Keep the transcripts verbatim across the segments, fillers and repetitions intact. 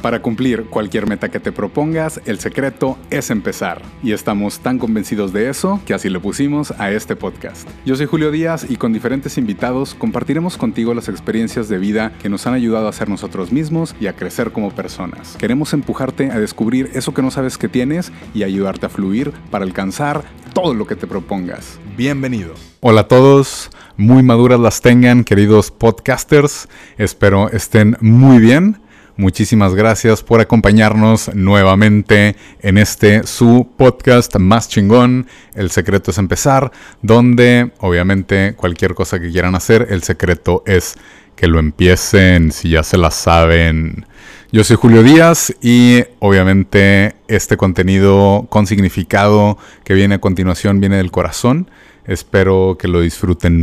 Para cumplir cualquier meta que te propongas, el secreto es empezar. Y estamos tan convencidos de eso que así le pusimos a este podcast. Yo soy Julio Díaz y con diferentes invitados compartiremos contigo las experiencias de vida que nos han ayudado a ser nosotros mismos y a crecer como personas. Queremos empujarte a descubrir eso que no sabes que tienes y ayudarte a fluir para alcanzar todo lo que te propongas. Bienvenido. Hola a todos, muy maduras las tengan, queridos podcasters. Espero estén muy bien. Muchísimas gracias por acompañarnos nuevamente en este su podcast más chingón, El Secreto es Empezar, donde obviamente cualquier cosa que quieran hacer, el secreto es que lo empiecen, si ya se la saben. Yo soy Julio Díaz y obviamente este contenido con significado que viene a continuación viene del corazón. Espero que lo disfruten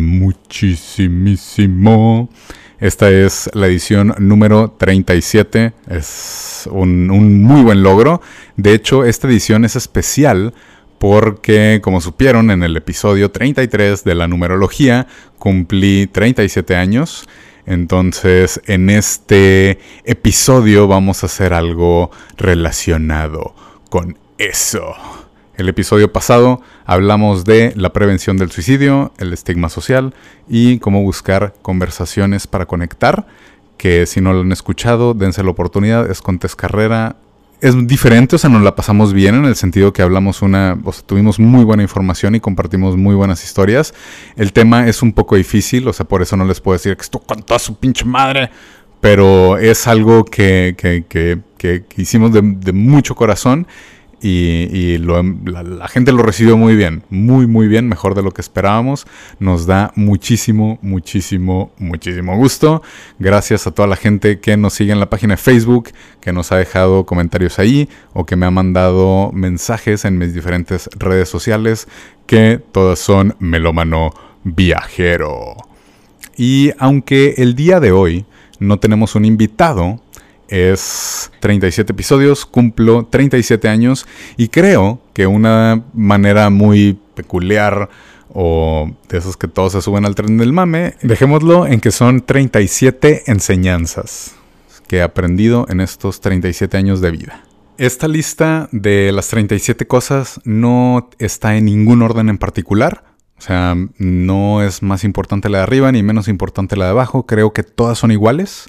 muchísimo. Esta es la edición número treinta y siete, es un, un muy buen logro. De hecho, esta edición es especial porque, como supieron, en el episodio treinta y tres de la numerología cumplí treinta y siete años. Entonces, en este episodio vamos a hacer algo relacionado con eso. El episodio pasado hablamos de la prevención del suicidio, el estigma social y cómo buscar conversaciones para conectar, que si no lo han escuchado, dense la oportunidad, es con Tess Carrera. Es diferente, o sea, nos la pasamos bien en el sentido que hablamos una, o sea, tuvimos muy buena información y compartimos muy buenas historias. El tema es un poco difícil, o sea, por eso no les puedo decir que esto con toda su pinche madre, pero es algo que, que, que, que, que hicimos de, de mucho corazón. Y, y lo, la, la gente lo recibió muy bien, muy muy bien, mejor de lo que esperábamos. Nos da muchísimo, muchísimo, muchísimo gusto. Gracias a toda la gente que nos sigue en la página de Facebook, que nos ha dejado comentarios ahí o que me ha mandado mensajes en mis diferentes redes sociales, que todas son Melómano Viajero. Y aunque el día de hoy no tenemos un invitado, es treinta y siete episodios, cumplo treinta y siete años y creo que una manera muy peculiar o de esos que todos se suben al tren del mame, dejémoslo en que son treinta y siete enseñanzas que he aprendido en estos treinta y siete años de vida. Esta lista de las treinta y siete cosas no está en ningún orden en particular. O sea, no es más importante la de arriba ni menos importante la de abajo. Creo que todas son iguales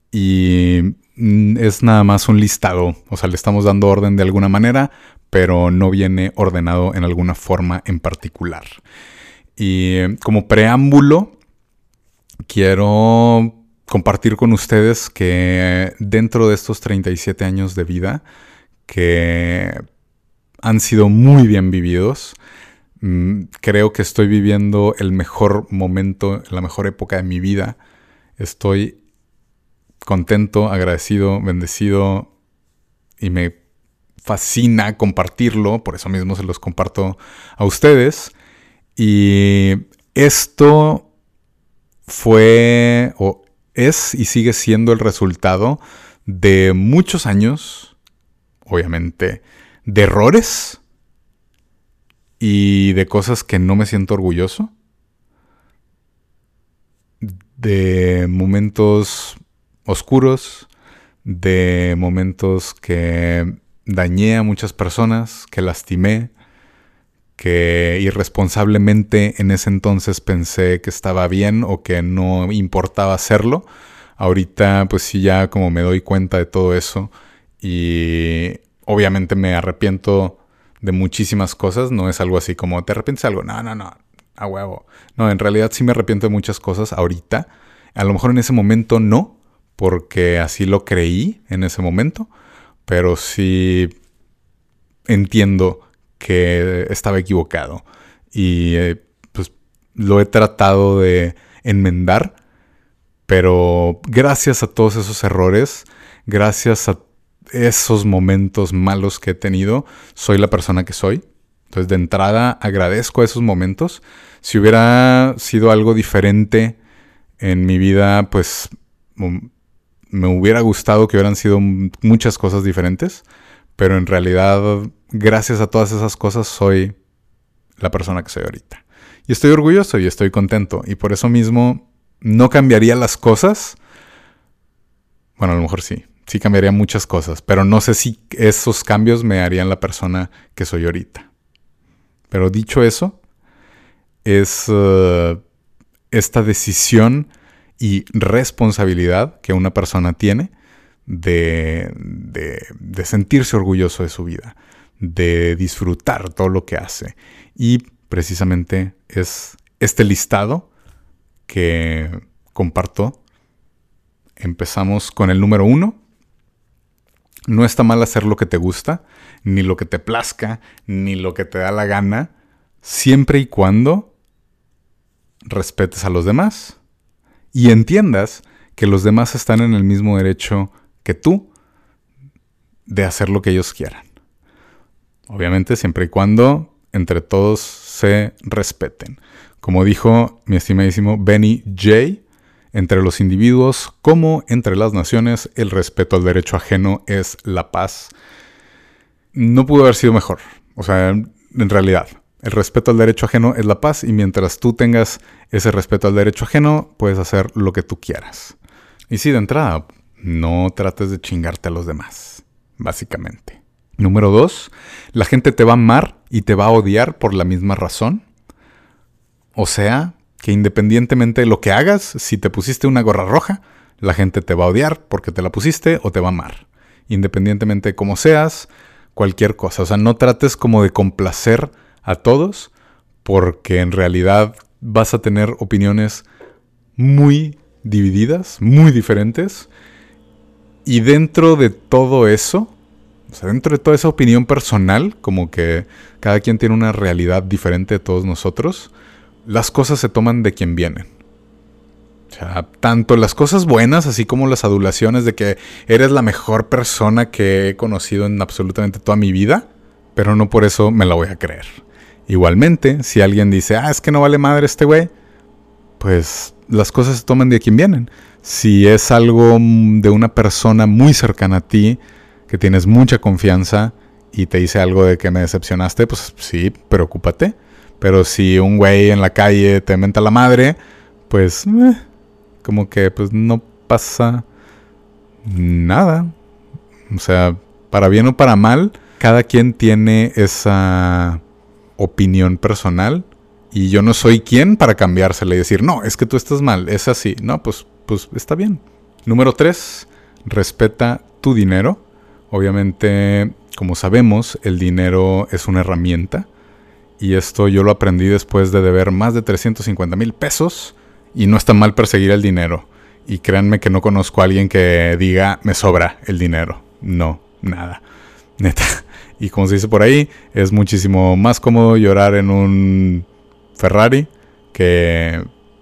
y es nada más un listado, o sea, le estamos dando orden de alguna manera, pero no viene ordenado en alguna forma en particular. Y como preámbulo, quiero compartir con ustedes que dentro de estos treinta y siete años de vida, que han sido muy bien vividos, creo que estoy viviendo el mejor momento, la mejor época de mi vida. Estoy contento, agradecido, bendecido y me fascina compartirlo, por eso mismo se los comparto a ustedes. Y esto fue o es y sigue siendo el resultado de muchos años, obviamente, de errores y de cosas que no me siento orgulloso, de momentos oscuros, de momentos que dañé a muchas personas, que lastimé, que irresponsablemente en ese entonces pensé que estaba bien o que no importaba hacerlo. Ahorita pues sí, ya como me doy cuenta de todo eso y obviamente me arrepiento de muchísimas cosas. No es algo así como ¿te arrepientes de algo? No, no, no, a huevo. No, en realidad sí me arrepiento de muchas cosas ahorita. A lo mejor en ese momento no, porque así lo creí en ese momento, pero sí entiendo que estaba equivocado y eh, pues lo he tratado de enmendar, pero gracias a todos esos errores, gracias a esos momentos malos que he tenido, soy la persona que soy. Entonces, de entrada, agradezco esos momentos. Si hubiera sido algo diferente en mi vida, pues me hubiera gustado que hubieran sido muchas cosas diferentes, pero en realidad, gracias a todas esas cosas, soy la persona que soy ahorita. Y estoy orgulloso y estoy contento. Y por eso mismo no cambiaría las cosas. Bueno, a lo mejor sí. sí cambiaría muchas cosas, pero no sé si esos cambios me harían la persona que soy ahorita. Pero dicho eso, es uh, esta decisión y responsabilidad que una persona tiene de, de, de sentirse orgulloso de su vida, de disfrutar todo lo que hace. Y precisamente es este listado que comparto. Empezamos con el número uno. No está mal hacer lo que te gusta, ni lo que te plazca, ni lo que te da la gana, siempre y cuando respetes a los demás y entiendas que los demás están en el mismo derecho que tú de hacer lo que ellos quieran. Obviamente, siempre y cuando entre todos se respeten. Como dijo mi estimadísimo Benny J., entre los individuos como entre las naciones, el respeto al derecho ajeno es la paz. No pudo haber sido mejor. O sea, en realidad, el respeto al derecho ajeno es la paz, y mientras tú tengas ese respeto al derecho ajeno, puedes hacer lo que tú quieras. Y sí, de entrada, no trates de chingarte a los demás, básicamente. Número dos, la gente te va a amar y te va a odiar por la misma razón. O sea, que independientemente de lo que hagas, si te pusiste una gorra roja, la gente te va a odiar porque te la pusiste o te va a amar. Independientemente de cómo seas, cualquier cosa. O sea, no trates como de complacer a todos, porque en realidad vas a tener opiniones muy divididas, muy diferentes. Y dentro de todo eso, o sea, dentro de toda esa opinión personal, como que cada quien tiene una realidad diferente de todos nosotros, las cosas se toman de quien vienen. O sea, tanto las cosas buenas, así como las adulaciones de que eres la mejor persona que he conocido en absolutamente toda mi vida, pero no por eso me la voy a creer. Igualmente, si alguien dice, ah, es que no vale madre este güey, pues las cosas se toman de quien vienen. Si es algo de una persona muy cercana a ti, que tienes mucha confianza y te dice algo de que me decepcionaste, pues sí, preocúpate. Pero si un güey en la calle te menta la madre, pues eh, como que pues no pasa nada. O sea, para bien o para mal, cada quien tiene esa opinión personal. Y yo no soy quien para cambiársela y decir, no, es que tú estás mal, es así. No, pues, pues está bien. Número tres, respeta tu dinero. Obviamente, como sabemos, el dinero es una herramienta. Y esto yo lo aprendí después de deber más de trescientos cincuenta mil pesos. Y no está mal perseguir el dinero. Y créanme que no conozco a alguien que diga, me sobra el dinero. No, nada. Neta. Y como se dice por ahí, es muchísimo más cómodo llorar en un Ferrari que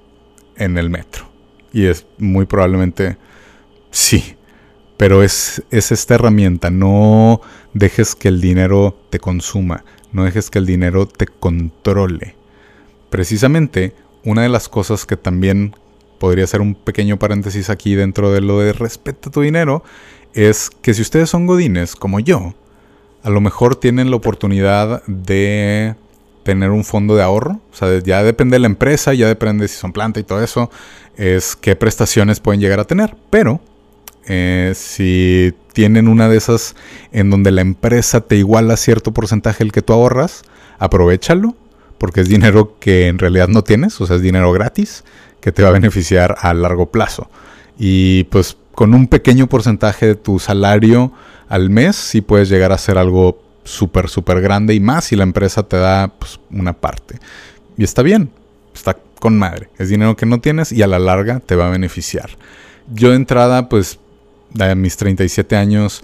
en el metro. Y es muy probablemente sí. Pero es, es esta herramienta. No dejes que el dinero te consuma. No dejes que el dinero te controle. Precisamente, una de las cosas que también podría ser un pequeño paréntesis aquí dentro de lo de respeta tu dinero, es que si ustedes son godines como yo, a lo mejor tienen la oportunidad de tener un fondo de ahorro. O sea, ya depende de la empresa, ya depende si son planta y todo eso, es qué prestaciones pueden llegar a tener. Pero eh, si tienen una de esas en donde la empresa te iguala cierto porcentaje el que tú ahorras, aprovéchalo, porque es dinero que en realidad no tienes, o sea, es dinero gratis que te va a beneficiar a largo plazo. Y pues con un pequeño porcentaje de tu salario al mes, sí puedes llegar a hacer algo súper, súper grande, y más si la empresa te da pues, una parte. Y está bien, está con madre. Es dinero que no tienes y a la larga te va a beneficiar. Yo de entrada, pues, a mis treinta y siete años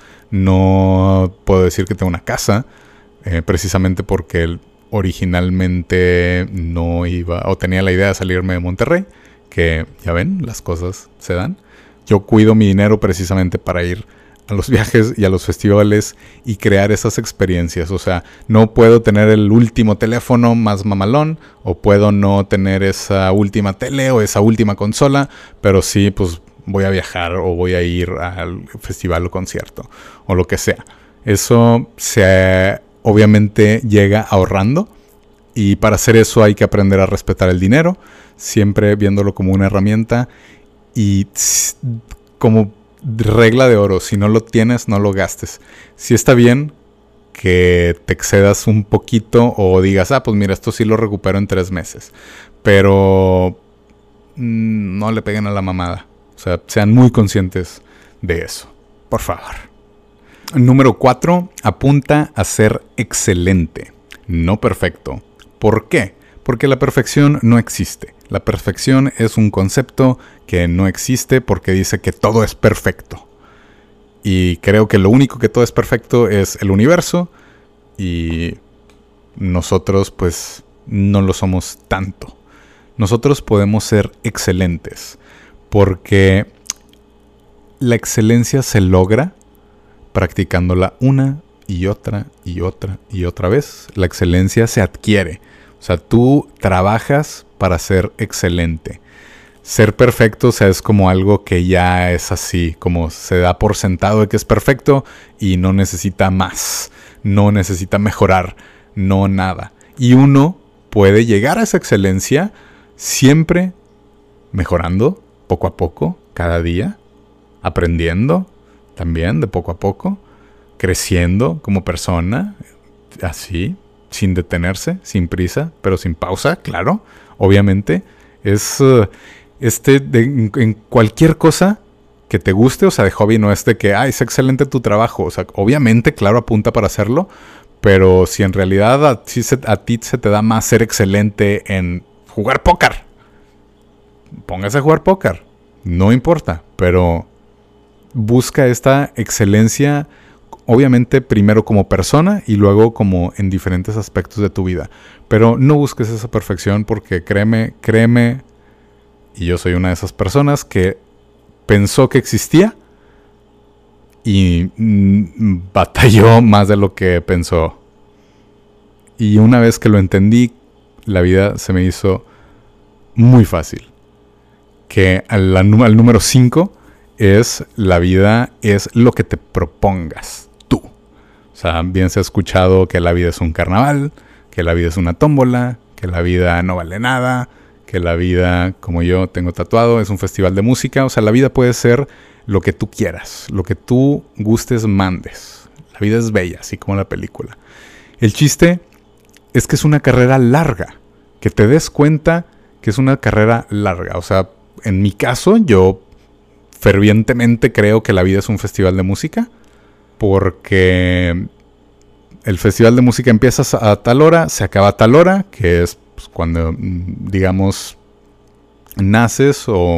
no puedo decir que tengo una casa, eh, precisamente porque originalmente no iba, o tenía la idea de salirme de Monterrey, que ya ven, las cosas se dan. Yo cuido mi dinero precisamente para ir a los viajes y a los festivales y crear esas experiencias. O sea, no puedo tener el último teléfono más mamalón, o puedo no tener esa última tele o esa última consola, pero sí, pues voy a viajar o voy a ir al festival o concierto o lo que sea. Eso se obviamente llega ahorrando, y para hacer eso hay que aprender a respetar el dinero, siempre viéndolo como una herramienta. Y como regla de oro, si no lo tienes, no lo gastes. Si está bien que te excedas un poquito o digas, ah, pues mira, esto sí lo recupero en tres meses. Pero mmm, no le peguen a la mamada. O sea, sean muy conscientes de eso, por favor. Número cuatro, apunta a ser excelente, no perfecto. ¿Por qué? Porque la perfección no existe. La perfección es un concepto que no existe porque dice que todo es perfecto. Y creo que lo único que todo es perfecto es el universo y nosotros pues no lo somos tanto. Nosotros podemos ser excelentes porque la excelencia se logra practicándola una y otra y otra y otra vez. La excelencia se adquiere. O sea, tú trabajas para ser excelente. Ser perfecto, o sea, es como algo que ya es así, como se da por sentado de que es perfecto y no necesita más, no necesita mejorar, no nada. Y uno puede llegar a esa excelencia siempre mejorando, poco a poco, cada día, aprendiendo también de poco a poco, creciendo como persona, así, sin detenerse, sin prisa, pero sin pausa, claro, obviamente. Es uh, este de, en, en cualquier cosa que te guste, o sea, de hobby, no es de que, ah, es excelente tu trabajo, o sea, obviamente, claro, apunta para hacerlo, pero si en realidad a ti, se, a ti se te da más ser excelente en jugar póker, póngase a jugar póker, no importa, pero busca esta excelencia, obviamente primero como persona y luego como en diferentes aspectos de tu vida. Pero no busques esa perfección porque créeme, créeme, y yo soy una de esas personas que pensó que existía y mm, batalló más de lo que pensó. Y una vez que lo entendí, la vida se me hizo muy fácil. Que al, al número cinco es la vida es lo que te propongas tú. O sea, bien se ha escuchado que la vida es un carnaval, que la vida es una tómbola, que la vida no vale nada, que la vida, como yo tengo tatuado, es un festival de música. O sea, la vida puede ser lo que tú quieras, lo que tú gustes, mandes. La vida es bella, así como la película. El chiste es que es una carrera larga, que te des cuenta que es una carrera larga. O sea, en mi caso, yo fervientemente creo que la vida es un festival de música, porque el festival de música empieza a tal hora, se acaba a tal hora, que es pues, cuando, digamos, naces o,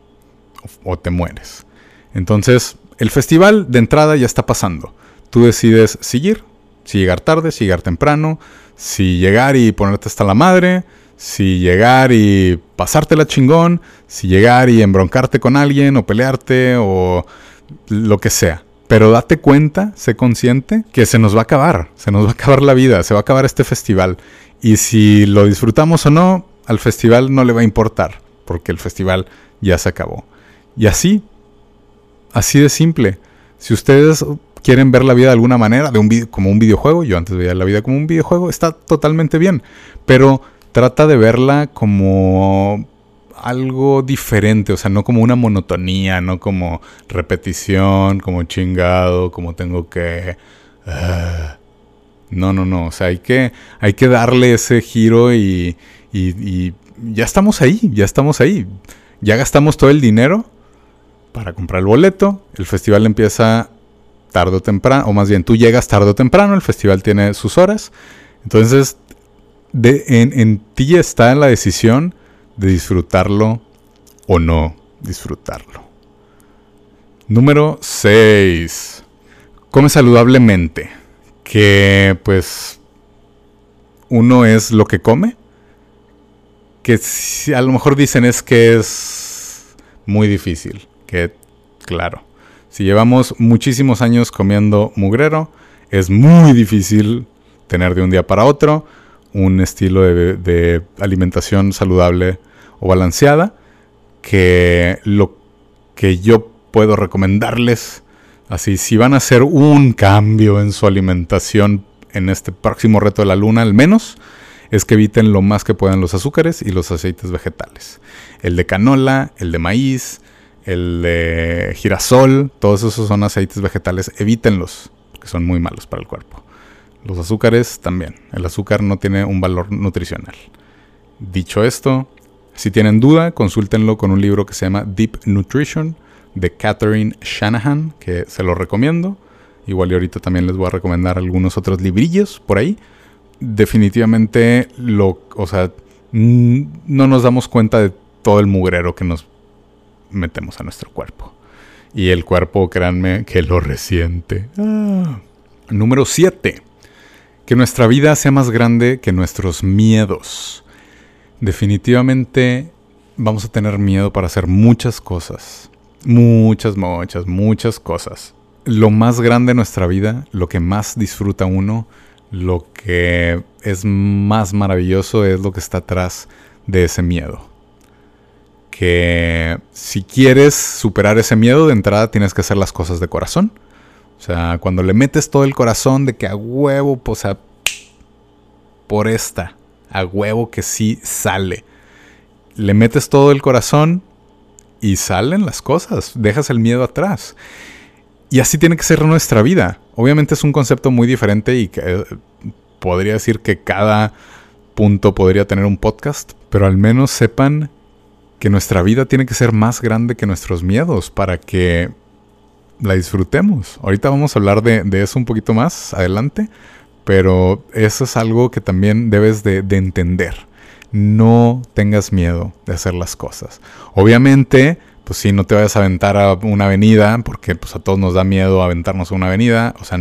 o te mueres. Entonces, el festival de entrada ya está pasando. Tú decides seguir, si llegar tarde, si llegar temprano, si llegar y ponerte hasta la madre, si llegar y pasártela chingón, si llegar y embroncarte con alguien o pelearte o lo que sea. Pero date cuenta, sé consciente que se nos va a acabar, se nos va a acabar la vida, se va a acabar este festival. Y si lo disfrutamos o no, al festival no le va a importar, porque el festival ya se acabó. Y así, así de simple. Si ustedes quieren ver la vida de alguna manera, de un video, como un videojuego, yo antes veía la vida como un videojuego, está totalmente bien. Pero trata de verla como algo diferente, o sea, no como una monotonía, no como repetición, como chingado, como tengo que... Uh, no, no, no, o sea, hay que, hay que darle ese giro y, y, y ya estamos ahí, ya estamos ahí. Ya gastamos todo el dinero para comprar el boleto, el festival empieza tarde o temprano, o más bien tú llegas tarde o temprano, el festival tiene sus horas, entonces de, en, en ti está la decisión de disfrutarlo o no disfrutarlo. Número seis. Come saludablemente. Que pues uno es lo que come. Que si a lo mejor dicen es que es muy difícil. Que claro, si llevamos muchísimos años comiendo mugrero, es muy difícil tener de un día para otro un estilo de, de alimentación saludable o balanceada, que lo que yo puedo recomendarles, así, si van a hacer un cambio en su alimentación en este próximo reto de la luna, al menos, es que eviten lo más que puedan los azúcares y los aceites vegetales. El de canola, el de maíz, el de girasol, todos esos son aceites vegetales, evítenlos, porque son muy malos para el cuerpo. Los azúcares también, el azúcar no tiene un valor nutricional. Dicho esto, si tienen duda, consúltenlo con un libro que se llama Deep Nutrition, de Catherine Shanahan, que se lo recomiendo. Igual y ahorita también les voy a recomendar algunos otros librillos por ahí. Definitivamente, lo, o sea, no nos damos cuenta de todo el mugrero que nos metemos a nuestro cuerpo. Y el cuerpo, créanme, que lo resiente. Ah. Número siete. Que nuestra vida sea más grande que nuestros miedos. Definitivamente vamos a tener miedo para hacer muchas cosas. Muchas, muchas, muchas cosas. Lo más grande de nuestra vida, lo que más disfruta uno, lo que es más maravilloso es lo que está atrás de ese miedo. Que si quieres superar ese miedo, de entrada tienes que hacer las cosas de corazón. O sea, cuando le metes todo el corazón de que a huevo, pues, o sea, por esta, a huevo que sí sale. Le metes todo el corazón y salen las cosas, dejas el miedo atrás. Y así tiene que ser nuestra vida. Obviamente es un concepto muy diferente y que, eh, podría decir que cada punto podría tener un podcast, pero al menos sepan que nuestra vida tiene que ser más grande que nuestros miedos para que la disfrutemos. Ahorita vamos a hablar de, de eso un poquito más adelante, pero eso es algo que también debes de, de entender. No tengas miedo de hacer las cosas. Obviamente, pues sí, no te vayas a aventar a una avenida, porque pues a todos nos da miedo aventarnos a una avenida. O sea,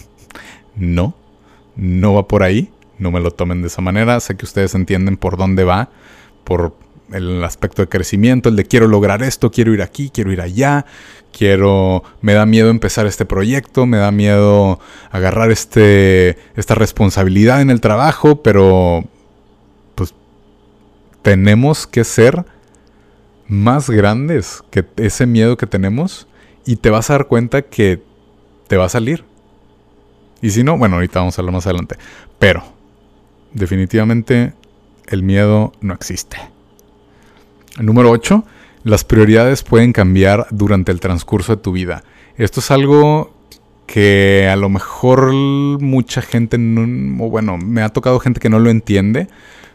no, no va por ahí. No me lo tomen de esa manera. Sé que ustedes entienden por dónde va, por el aspecto de crecimiento, el de quiero lograr esto, quiero ir aquí, quiero ir allá, quiero, me da miedo empezar este proyecto, me da miedo agarrar este, esta responsabilidad en el trabajo, pero pues tenemos que ser más grandes que ese miedo que tenemos y te vas a dar cuenta que te va a salir. Y si no, bueno, ahorita vamos a hablar más adelante, pero definitivamente el miedo no existe. Número ocho. Las prioridades pueden cambiar durante el transcurso de tu vida. Esto es algo que a lo mejor mucha gente, no, o bueno, me ha tocado gente que no lo entiende,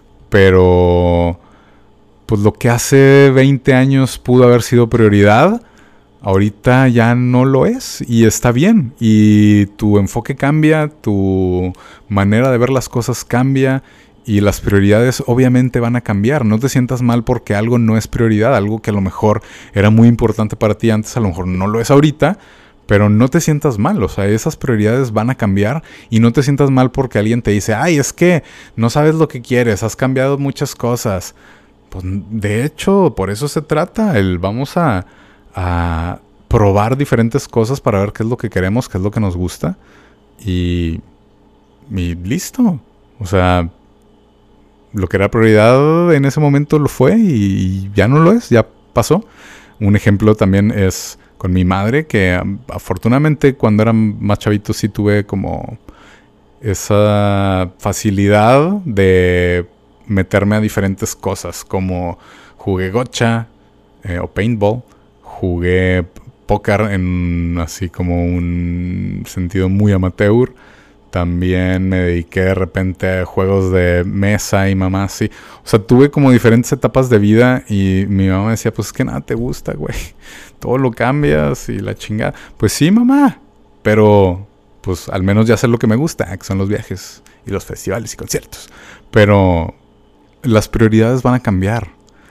pero pues lo que hace veinte años pudo haber sido prioridad, ahorita ya no lo es y está bien. Y tu enfoque cambia, tu manera de ver las cosas cambia. Y las prioridades obviamente van a cambiar. No te sientas mal porque algo no es prioridad. Algo que a lo mejor era muy importante para ti antes, a lo mejor no lo es ahorita. Pero no te sientas mal. O sea, esas prioridades van a cambiar. Y no te sientas mal porque alguien te dice, ay, es que no sabes lo que quieres. Has cambiado muchas cosas. Pues de hecho, por eso se trata. El vamos a, a probar diferentes cosas para ver qué es lo que queremos, qué es lo que nos gusta. Y, y listo. O sea, lo que era prioridad en ese momento lo fue y ya no lo es, ya pasó. Un ejemplo también es con mi madre, que afortunadamente cuando era más chavito sí tuve como esa facilidad de meterme a diferentes cosas, como jugué gocha eh, o paintball, jugué póker en así como un sentido muy amateur. También me dediqué de repente a juegos de mesa y mamá así. O sea, tuve como diferentes etapas de vida y mi mamá decía, pues es que nada te gusta, güey. Todo lo cambias y la chingada. Pues sí, mamá. Pero pues al menos ya sé lo que me gusta, que son los viajes y los festivales y conciertos. Pero las prioridades van a cambiar.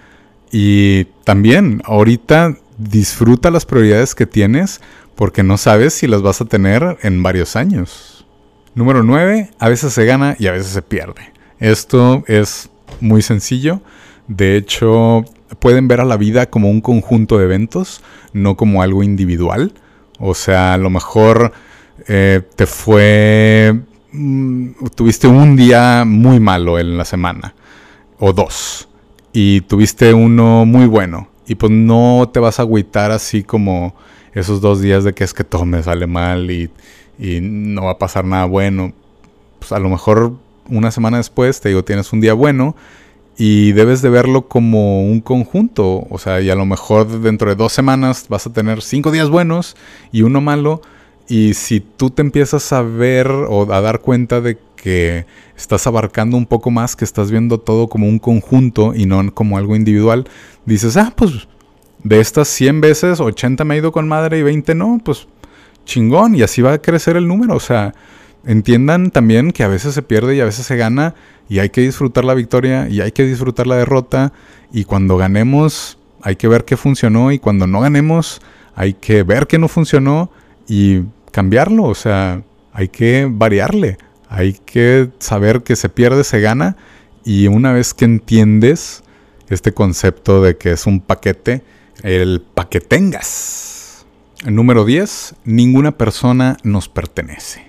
Y también ahorita disfruta las prioridades que tienes porque no sabes si las vas a tener en varios años. Número nueve. A veces se gana y a veces se pierde. Esto es muy sencillo. De hecho, pueden ver a la vida como un conjunto de eventos, no como algo individual. O sea, a lo mejor eh, te fue... Mmm, tuviste un día muy malo en la semana. O dos. Y tuviste uno muy bueno. Y pues no te vas a agüitar así como esos dos días de que es que todo me sale mal y... y no va a pasar nada bueno. Pues a lo mejor una semana después, te digo, tienes un día bueno Y debes de verlo como un conjunto. O sea, y a lo mejor dentro de dos semanas vas a tener cinco días buenos y uno malo. Y si tú te empiezas a ver o a dar cuenta de que estás abarcando un poco más, que estás viendo todo como un conjunto y no como algo individual, dices, ah, pues de estas cien veces, ochenta me ha ido con madre y veinte no, pues chingón. Y así va a crecer el número. O sea, entiendan también que a veces se pierde y a veces se gana. Y hay que disfrutar la victoria y hay que disfrutar la derrota. Y cuando ganemos hay que ver qué funcionó. Y cuando no ganemos hay que ver qué no funcionó y cambiarlo. O sea, hay que variarle. Hay que saber que se pierde, se gana. Y una vez que entiendes este concepto de que es un paquete, el paquetengas. El número diez. Ninguna persona nos pertenece.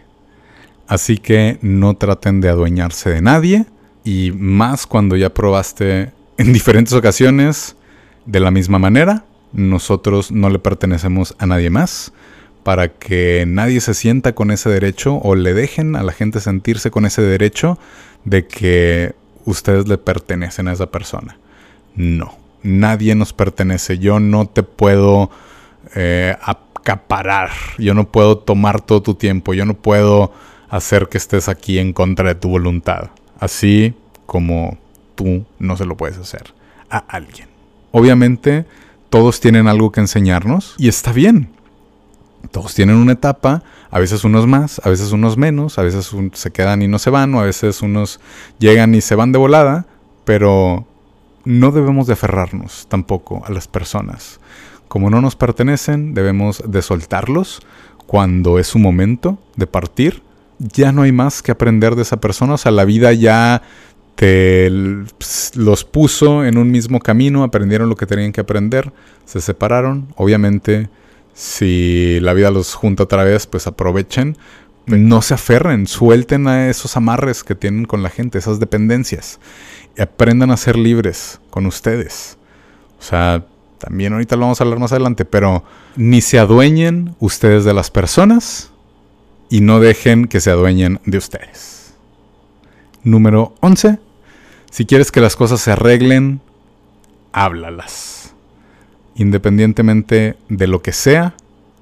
Así que no traten de adueñarse de nadie, y más cuando ya probaste en diferentes ocasiones de la misma manera. Nosotros no le pertenecemos a nadie más, para que nadie se sienta con ese derecho o le dejen a la gente sentirse con ese derecho de que ustedes le pertenecen a esa persona. No, nadie nos pertenece. Yo no te puedo eh, acaparar, yo no puedo tomar todo tu tiempo, yo no puedo hacer que estés aquí en contra de tu voluntad. Así como tú no se lo puedes hacer a alguien. Obviamente, todos tienen algo que enseñarnos y está bien. Todos tienen una etapa, a veces unos más, a veces unos menos, a veces un, se quedan y no se van, o a veces unos llegan y se van de volada, pero no debemos de aferrarnos tampoco a las personas. Como no nos pertenecen, debemos de soltarlos cuando es su momento de partir. Ya no hay más que aprender de esa persona. O sea, la vida ya te los puso en un mismo camino, aprendieron lo que tenían que aprender, se separaron. Obviamente, si la vida los junta otra vez, pues aprovechen. No se aferren, suelten a esos amarres que tienen con la gente, esas dependencias. Y aprendan a ser libres con ustedes. O sea, también ahorita lo vamos a hablar más adelante, pero ni se adueñen ustedes de las personas, y no dejen que se adueñen de ustedes. Número once. Si quieres que las cosas se arreglen, háblalas. Independientemente de lo que sea,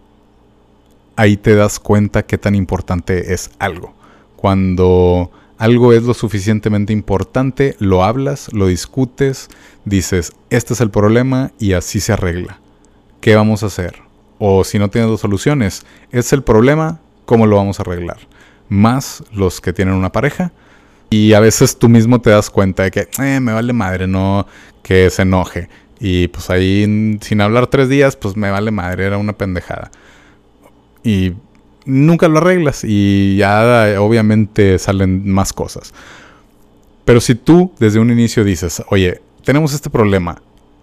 ahí te das cuenta qué tan importante es algo. Cuando algo es lo suficientemente importante, lo hablas, lo discutes, dices, este es el problema y así se arregla. ¿Qué vamos a hacer? O si no tienes dos soluciones, es el problema, ¿cómo lo vamos a arreglar? Más los que tienen una pareja. Y a veces tú mismo te das cuenta de que eh, me vale madre, no que se enoje. Y pues ahí sin hablar tres días, pues me vale madre, era una pendejada. Y nunca lo arreglas y ya obviamente salen más cosas. Pero si tú desde un inicio dices, oye, tenemos este problema,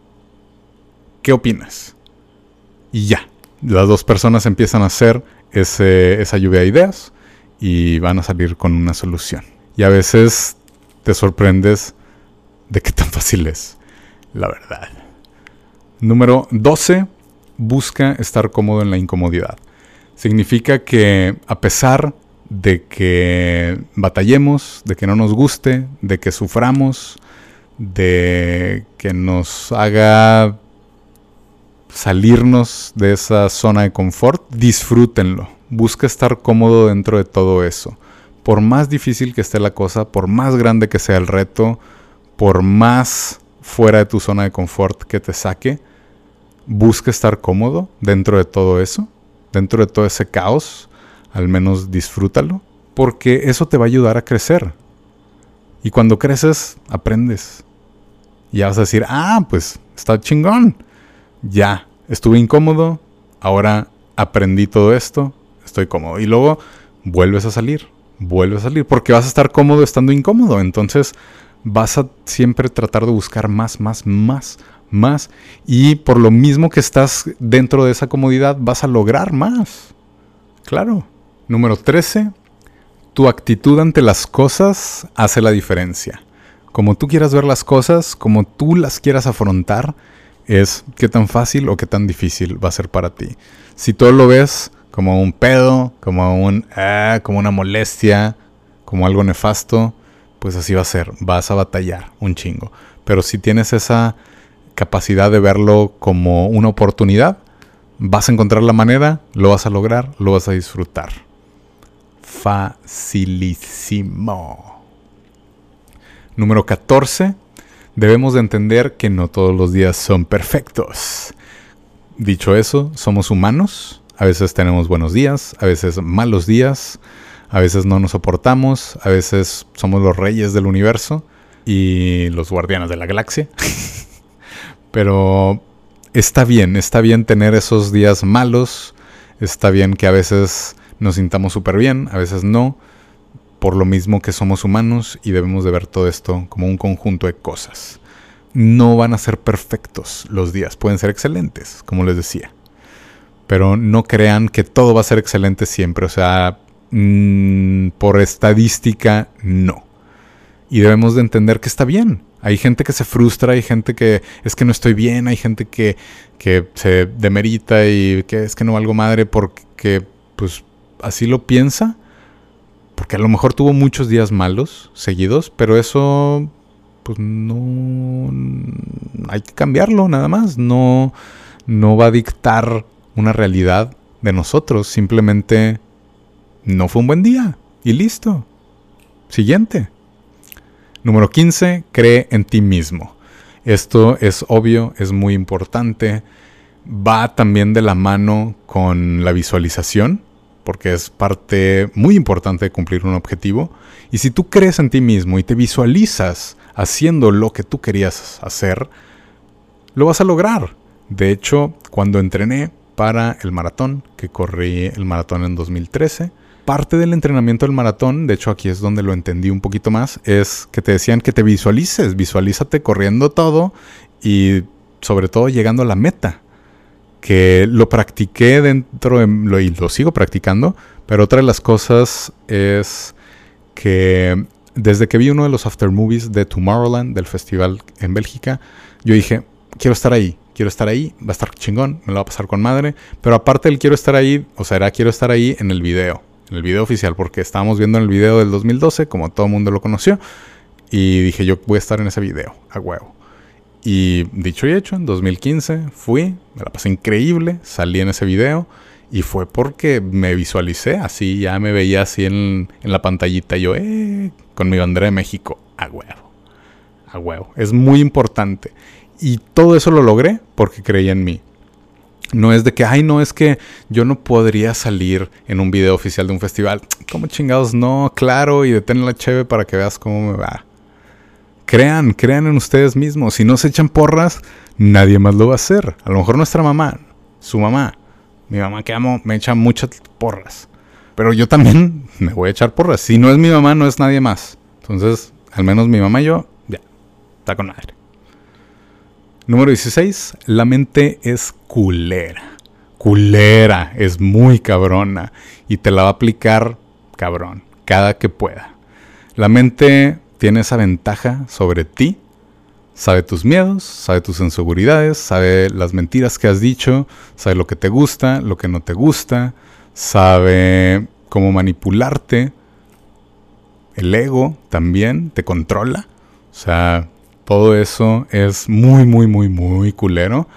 ¿qué opinas? Y ya, las dos personas empiezan a hacer ese, esa lluvia de ideas y van a salir con una solución. Y a veces te sorprendes de qué tan fácil es, la verdad. Número doce. Busca estar cómodo en la incomodidad. Significa que a pesar de que batallemos, de que no nos guste, de que suframos, de que nos haga salirnos de esa zona de confort, disfrútenlo. Busca estar cómodo dentro de todo eso. Por más difícil que esté la cosa, por más grande que sea el reto, por más fuera de tu zona de confort que te saque, busca estar cómodo dentro de todo eso, dentro de todo ese caos. Al menos disfrútalo, porque eso te va a ayudar a crecer. Y cuando creces, aprendes. Y ya vas a decir, ah, pues está chingón. Ya, estuve incómodo, ahora aprendí todo esto, estoy cómodo. Y luego vuelves a salir, vuelves a salir, porque vas a estar cómodo estando incómodo. Entonces vas a siempre tratar de buscar más, más, más, más. Y por lo mismo que estás dentro de esa comodidad, vas a lograr más. Claro. Número trece. Tu actitud ante las cosas hace la diferencia. Como tú quieras ver las cosas, como tú las quieras afrontar, es qué tan fácil o qué tan difícil va a ser para ti. Si tú lo ves como un pedo, como un ah, como una molestia, como algo nefasto, pues así va a ser. Vas a batallar un chingo. pero si tienes esa capacidad de verlo como una oportunidad, vas a encontrar la manera, lo vas a lograr, lo vas a disfrutar. Facilísimo. Número catorce. Debemos de entender que no todos los días son perfectos. Dicho eso, somos humanos. A veces tenemos buenos días, a veces malos días, a veces no nos soportamos, a veces somos los reyes del universo y los guardianes de la galaxia. Pero está bien, está bien tener esos días malos, está bien que a veces nos sintamos súper bien, a veces no, por lo mismo que somos humanos y debemos de ver todo esto como un conjunto de cosas. No van a ser perfectos los días, pueden ser excelentes, como les decía. Pero no crean que todo va a ser excelente siempre, o sea, mmm, por estadística, no. Y debemos de entender que está bien. Hay gente que se frustra, hay gente que es que no estoy bien, hay gente que, que se demerita y que es que no valgo madre porque pues así lo piensa. Porque a lo mejor tuvo muchos días malos seguidos, pero eso pues no hay que cambiarlo nada más. No, no va a dictar una realidad de nosotros. Simplemente no fue un buen día y listo. Siguiente. Número quince. Cree en ti mismo. Esto es obvio, es muy importante. Va también de la mano con la visualización, porque es parte muy importante de cumplir un objetivo. Y si tú crees en ti mismo y te visualizas haciendo lo que tú querías hacer, lo vas a lograr. De hecho, cuando entrené para el maratón, que corrí el maratón en dos mil trece, parte del entrenamiento del maratón, de hecho aquí es donde lo entendí un poquito más, es que te decían que te visualices, visualízate corriendo todo y sobre todo llegando a la meta. Que lo practiqué dentro de, lo, y lo sigo practicando, pero otra de las cosas es que desde que vi uno de los after movies de Tomorrowland, del festival en Bélgica, yo dije, quiero estar ahí, quiero estar ahí, va a estar chingón, me lo va a pasar con madre, pero aparte del quiero estar ahí, o sea, era quiero estar ahí en el video, en el video oficial, porque estábamos viendo en el video del dos mil doce, como todo el mundo lo conoció, y dije, yo voy a estar en ese video, a huevo. Y dicho y hecho, en dos mil quince fui, me la pasé increíble, salí en ese video y fue porque me visualicé así, ya me veía así en, en la pantallita yo, eh, con mi bandera de México, a huevo, a huevo. Es muy importante. Y todo eso lo logré porque creí en mí. No es de que, ay, no, es que yo no podría salir en un video oficial de un festival. ¿Cómo chingados? No, claro, y detén la cheve para que veas cómo me va. Crean, crean en ustedes mismos. Si no se echan porras, nadie más lo va a hacer. A lo mejor nuestra mamá, su mamá, mi mamá que amo, me echa muchas porras. Pero yo también me voy a echar porras. Si no es mi mamá, no es nadie más. Entonces, al menos mi mamá y yo, ya, está con madre. Número dieciséis. La mente es culera. Culera, es muy cabrona. Y te la va a aplicar, cabrón, cada que pueda. La mente tiene esa ventaja sobre ti, sabe tus miedos, sabe tus inseguridades, sabe las mentiras que has dicho, sabe lo que te gusta, lo que no te gusta, sabe cómo manipularte. El ego también te controla. O sea, todo eso es muy, muy, muy, muy culero.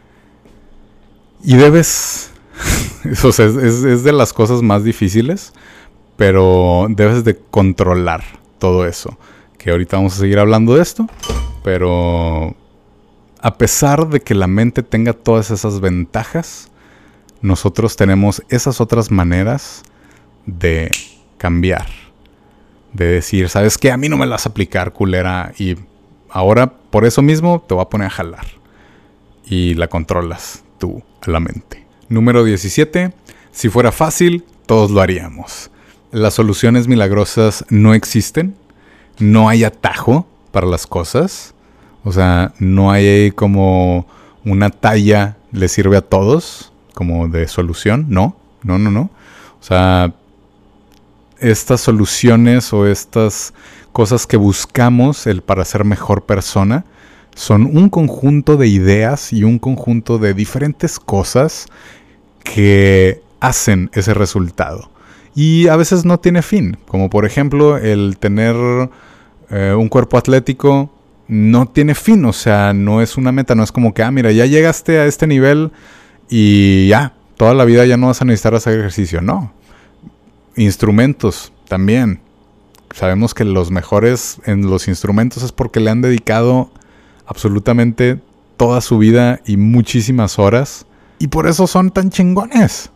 Y debes, o sea, es, es, es de las cosas más difíciles, pero debes de controlar todo eso. Que ahorita vamos a seguir hablando de esto, pero a pesar de que la mente tenga todas esas ventajas, nosotros tenemos esas otras maneras de cambiar. De decir, ¿sabes qué? A mí no me las vas a aplicar, culera. Y ahora, por eso mismo, te voy a poner a jalar. Y la controlas tú, a la mente. Número diecisiete. Si fuera fácil, todos lo haríamos. Las soluciones milagrosas no existen. No hay atajo para las cosas. O sea, no hay como una talla le sirve a todos como de solución. No, no, no, no. O sea, estas soluciones o estas cosas que buscamos el para ser mejor persona son un conjunto de ideas y un conjunto de diferentes cosas que hacen ese resultado. Y a veces no tiene fin, como por ejemplo el tener eh, un cuerpo atlético no tiene fin, o sea, no es una meta, no es como que, ah, mira, ya llegaste a este nivel y ya, toda la vida ya no vas a necesitar hacer ejercicio. No. Instrumentos también. Sabemos que los mejores en los instrumentos es porque le han dedicado absolutamente toda su vida y muchísimas horas. Y por eso son tan chingones.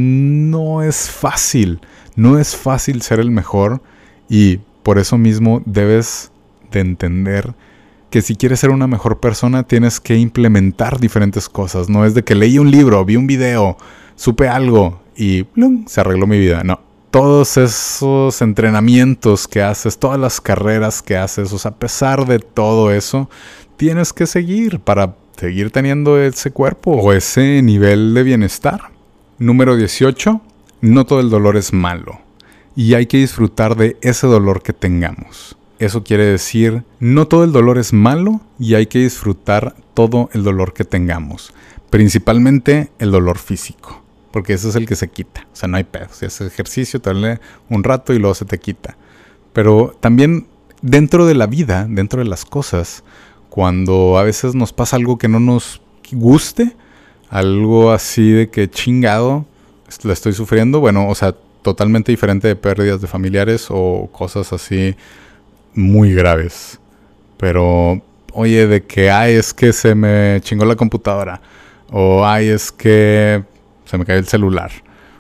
No es fácil. No es fácil ser el mejor. Y por eso mismo debes de entender que si quieres ser una mejor persona tienes que implementar diferentes cosas. No es de que leí un libro, vi un video, supe algo y ¡plum!, se arregló mi vida. No. Todos esos entrenamientos que haces, todas las carreras que haces, o sea, a pesar de todo eso, tienes que seguir para seguir teniendo ese cuerpo o ese nivel de bienestar. Número dieciocho. No todo el dolor es malo y hay que disfrutar de ese dolor que tengamos. Eso quiere decir, no todo el dolor es malo y hay que disfrutar todo el dolor que tengamos. Principalmente el dolor físico. Porque ese es el que se quita. O sea, no hay pedo. Si haces ejercicio, te duele un rato y luego se te quita. Pero también dentro de la vida, dentro de las cosas, cuando a veces nos pasa algo que no nos guste, algo así de que chingado, la estoy sufriendo, bueno, o sea, totalmente diferente de pérdidas de familiares o cosas así muy graves. Pero, oye, de que, ay, es que se me chingó la computadora. O, ay, es que se me cayó el celular.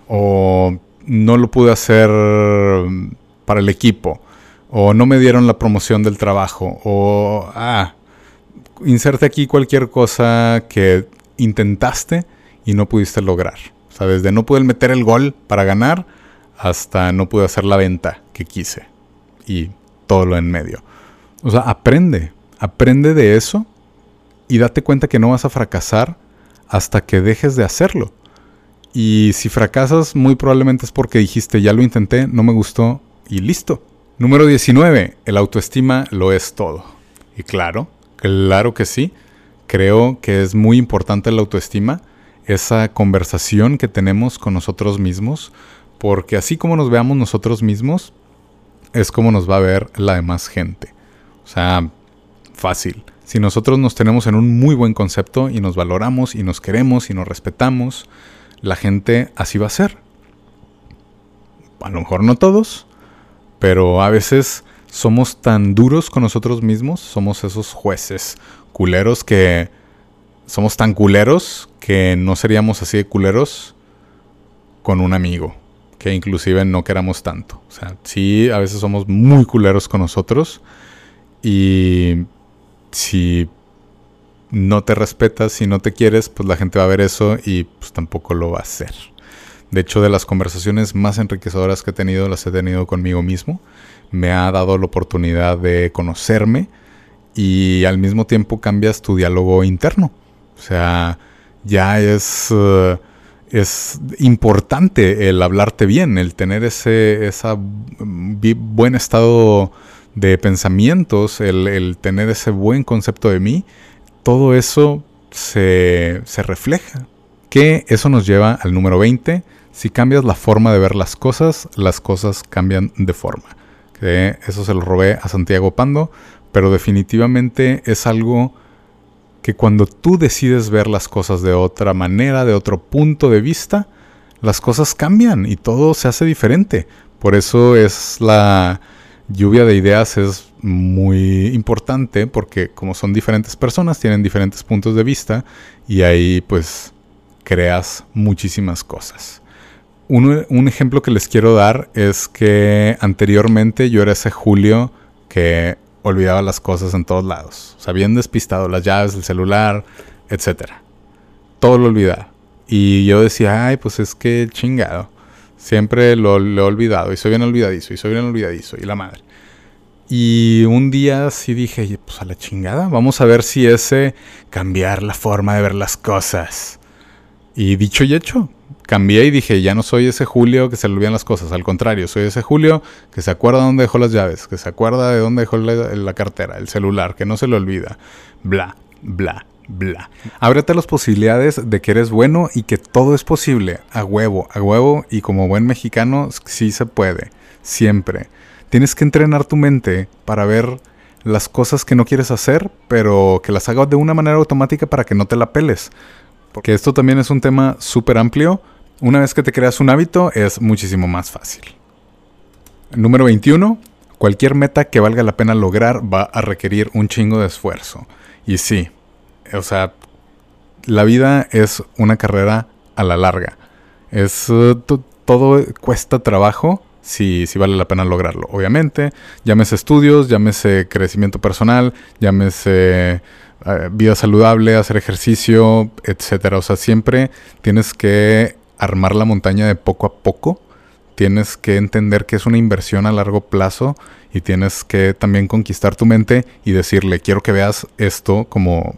O no lo pude hacer para el equipo. O no me dieron la promoción del trabajo. O, ah, inserte aquí cualquier cosa que intentaste y no pudiste lograr. O sea, desde no pude meter el gol para ganar hasta no pude hacer la venta que quise. Y todo lo en medio. O sea, aprende. Aprende de eso y date cuenta que no vas a fracasar hasta que dejes de hacerlo. Y si fracasas, muy probablemente es porque dijiste, ya lo intenté, no me gustó y listo. Número diecinueve. El autoestima lo es todo. Y claro, claro que sí. Creo que es muy importante la autoestima, esa conversación que tenemos con nosotros mismos, porque así como nos veamos nosotros mismos, es como nos va a ver la demás gente. O sea, fácil. Si nosotros nos tenemos en un muy buen concepto y nos valoramos y nos queremos y nos respetamos, la gente así va a ser. A lo mejor no todos, pero a veces somos tan duros con nosotros mismos, somos esos jueces culeros que somos tan culeros que no seríamos así de culeros con un amigo, que inclusive no queramos tanto. O sea, sí, a veces somos muy culeros con nosotros y si no te respetas, si no te quieres, pues la gente va a ver eso y pues tampoco lo va a hacer. De hecho, de las conversaciones más enriquecedoras que he tenido, las he tenido conmigo mismo. Me ha dado la oportunidad de conocerme y al mismo tiempo cambias tu diálogo interno. O sea, ya es, uh, es importante el hablarte bien, el tener ese esa buen estado de pensamientos, el, el tener ese buen concepto de mí. Todo eso se, se refleja. Que eso nos lleva al número veinte. Si cambias la forma de ver las cosas, las cosas cambian de forma. Que eso se lo robé a Santiago Pando, pero definitivamente es algo que cuando tú decides ver las cosas de otra manera, de otro punto de vista, las cosas cambian y todo se hace diferente. Por eso es la lluvia de ideas es muy importante, porque como son diferentes personas, tienen diferentes puntos de vista y ahí pues creas muchísimas cosas. Un, un ejemplo que les quiero dar es que anteriormente yo era ese Julio que olvidaba las cosas en todos lados. O sea, bien despistado, las llaves, el celular, etcétera. Todo lo olvidaba. Y yo decía, ay, pues es que chingado. Siempre lo, lo he olvidado y soy bien olvidadizo y soy bien olvidadizo y la madre. Y un día sí dije, pues a la chingada, vamos a ver si ese cambiar la forma de ver las cosas. Y dicho y hecho, cambié y dije, ya no soy ese Julio que se le olvidan las cosas. Al contrario, soy ese Julio que se acuerda dónde dejó las llaves, que se acuerda de dónde dejó la, la cartera, el celular, que no se le olvida. Bla, bla, bla. Ábrete las posibilidades de que eres bueno y que todo es posible. A huevo, a huevo. Y como buen mexicano, sí se puede. Siempre. Tienes que entrenar tu mente para ver las cosas que no quieres hacer, pero que las hagas de una manera automática para que no te la peles. Porque esto también es un tema súper amplio. Una vez que te creas un hábito, es muchísimo más fácil. Número veintiuno. Cualquier meta que valga la pena lograr va a requerir un chingo de esfuerzo. Y sí, o sea, la vida es una carrera a la larga. Es, uh, t- todo cuesta trabajo si, si vale la pena lograrlo. Obviamente, llámese estudios, llámese crecimiento personal, llámese uh, vida saludable, hacer ejercicio, etcétera. O sea, siempre tienes que armar la montaña de poco a poco. Tienes que entender que es una inversión a largo plazo y tienes que también conquistar tu mente y decirle, quiero que veas esto como,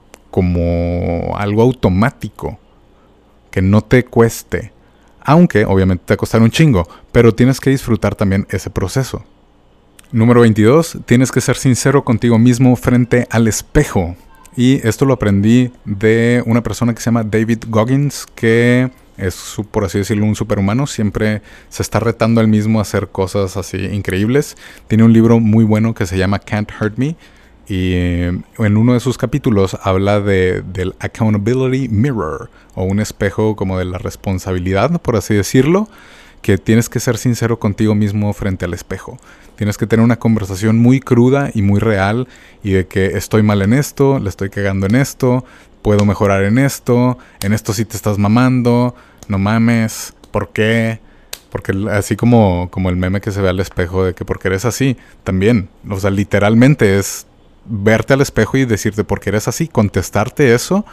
como algo automático, que no te cueste. Aunque obviamente te va a costar un chingo, pero tienes que disfrutar también ese proceso. Número veintidós. Tienes que ser sincero contigo mismo frente al espejo. Y esto lo aprendí de una persona que se llama David Goggins, que es, por así decirlo, un superhumano. Siempre se está retando él mismo a hacer cosas así increíbles. Tiene un libro muy bueno que se llama Can't Hurt Me. Y en uno de sus capítulos habla de, del accountability mirror, o un espejo como de la responsabilidad, por así decirlo, que tienes que ser sincero contigo mismo frente al espejo. Tienes que tener una conversación muy cruda y muy real, y de que estoy mal en esto, le estoy cagando en esto, puedo mejorar en esto, en esto sí te estás mamando, no mames, ¿por qué? Porque así como, como el meme que se ve al espejo de que porque eres así, también, o sea, literalmente es verte al espejo y decirte por qué eres así, contestarte eso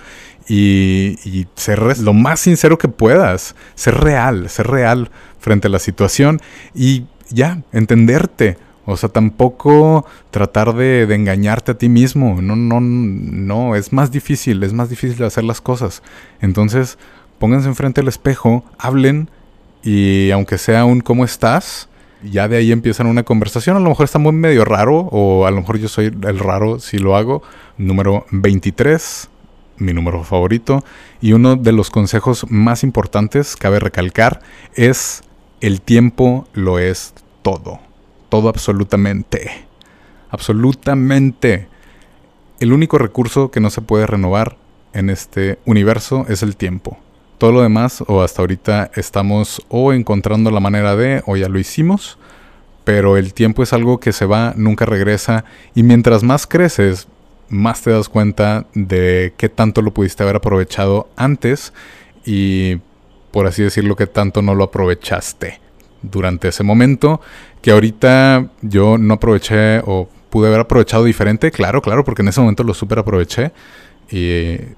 y, y ser lo más sincero que puedas, ser real, ser real frente a la situación y ya, entenderte. O sea, tampoco tratar de, de engañarte a ti mismo. No, no, no, es más difícil, es más difícil hacer las cosas. Entonces, pónganse enfrente del espejo, hablen y aunque sea un ¿cómo estás?, ya de ahí empiezan una conversación. A lo mejor está muy medio raro, o a lo mejor yo soy el raro si lo hago. Número veintitrés, mi número favorito. Y uno de los consejos más importantes, cabe recalcar, es el tiempo lo es todo. Todo absolutamente. Absolutamente. El único recurso que no se puede renovar en este universo es el tiempo. Todo lo demás, o hasta ahorita estamos o encontrando la manera de, o ya lo hicimos, pero el tiempo es algo que se va, nunca regresa, y mientras más creces, más te das cuenta de qué tanto lo pudiste haber aprovechado antes, y por así decirlo, qué tanto no lo aprovechaste durante ese momento, que ahorita yo no aproveché, o pude haber aprovechado diferente, claro, claro, porque en ese momento lo súper aproveché, y eh,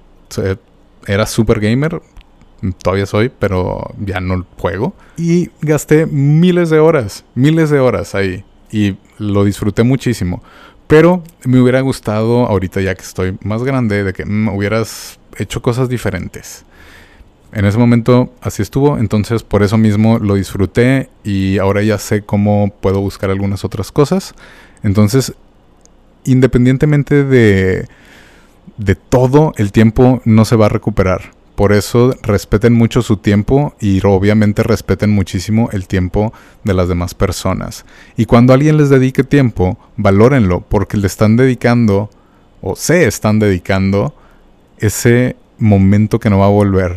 era super gamer. Todavía soy, pero ya no juego. Y gasté miles de horas, miles de horas ahí. Y lo disfruté muchísimo. Pero me hubiera gustado, ahorita ya que estoy más grande, de que mm, hubieras hecho cosas diferentes. En ese momento así estuvo, entonces por eso mismo lo disfruté y ahora ya sé cómo puedo buscar algunas otras cosas. Entonces, independientemente de, de todo, el tiempo no se va a recuperar. Por eso respeten mucho su tiempo y obviamente respeten muchísimo el tiempo de las demás personas. Y cuando alguien les dedique tiempo, valórenlo porque le están dedicando o se están dedicando ese momento que no va a volver.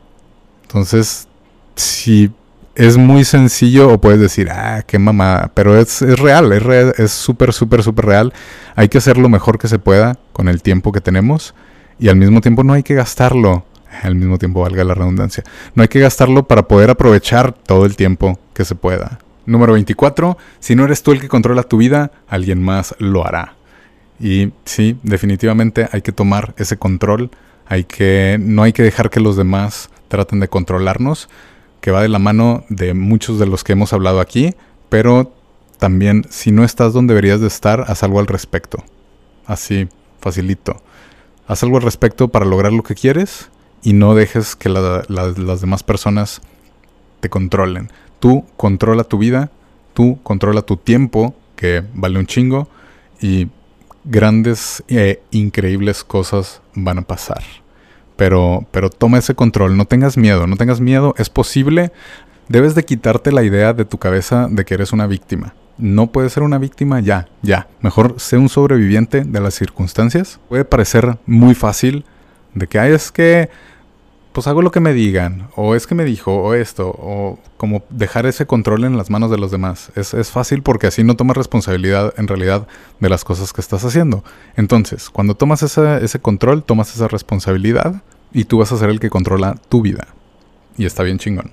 Entonces, si es muy sencillo o puedes decir, ah, qué mamada, pero es, es real, es re- es súper, súper, súper real. Hay que hacer lo mejor que se pueda con el tiempo que tenemos y al mismo tiempo no hay que gastarlo. Al mismo tiempo, valga la redundancia. No hay que gastarlo para poder aprovechar todo el tiempo que se pueda. Número veinticuatro. Si no eres tú el que controla tu vida, alguien más lo hará. Y sí, definitivamente hay que tomar ese control. Hay que, no hay que dejar que los demás traten de controlarnos, que va de la mano de muchos de los que hemos hablado aquí. Pero también, si no estás donde deberías de estar, haz algo al respecto. Así, facilito. Haz algo al respecto para lograr lo que quieres. Y no dejes que la, la, las demás personas te controlen. Tú controla tu vida, tú controla tu tiempo, que vale un chingo, y grandes e increíbles cosas van a pasar. Pero, pero toma ese control, no tengas miedo, no tengas miedo, es posible. Debes de quitarte la idea de tu cabeza de que eres una víctima. No puedes ser una víctima ya, ya. Mejor sé un sobreviviente de las circunstancias. Puede parecer muy fácil de que, ay, es que pues hago lo que me digan, o es que me dijo, o esto, o como dejar ese control en las manos de los demás. Es, es fácil porque así no tomas responsabilidad en realidad de las cosas que estás haciendo. Entonces, cuando tomas ese, ese control, tomas esa responsabilidad y tú vas a ser el que controla tu vida. Y está bien chingón.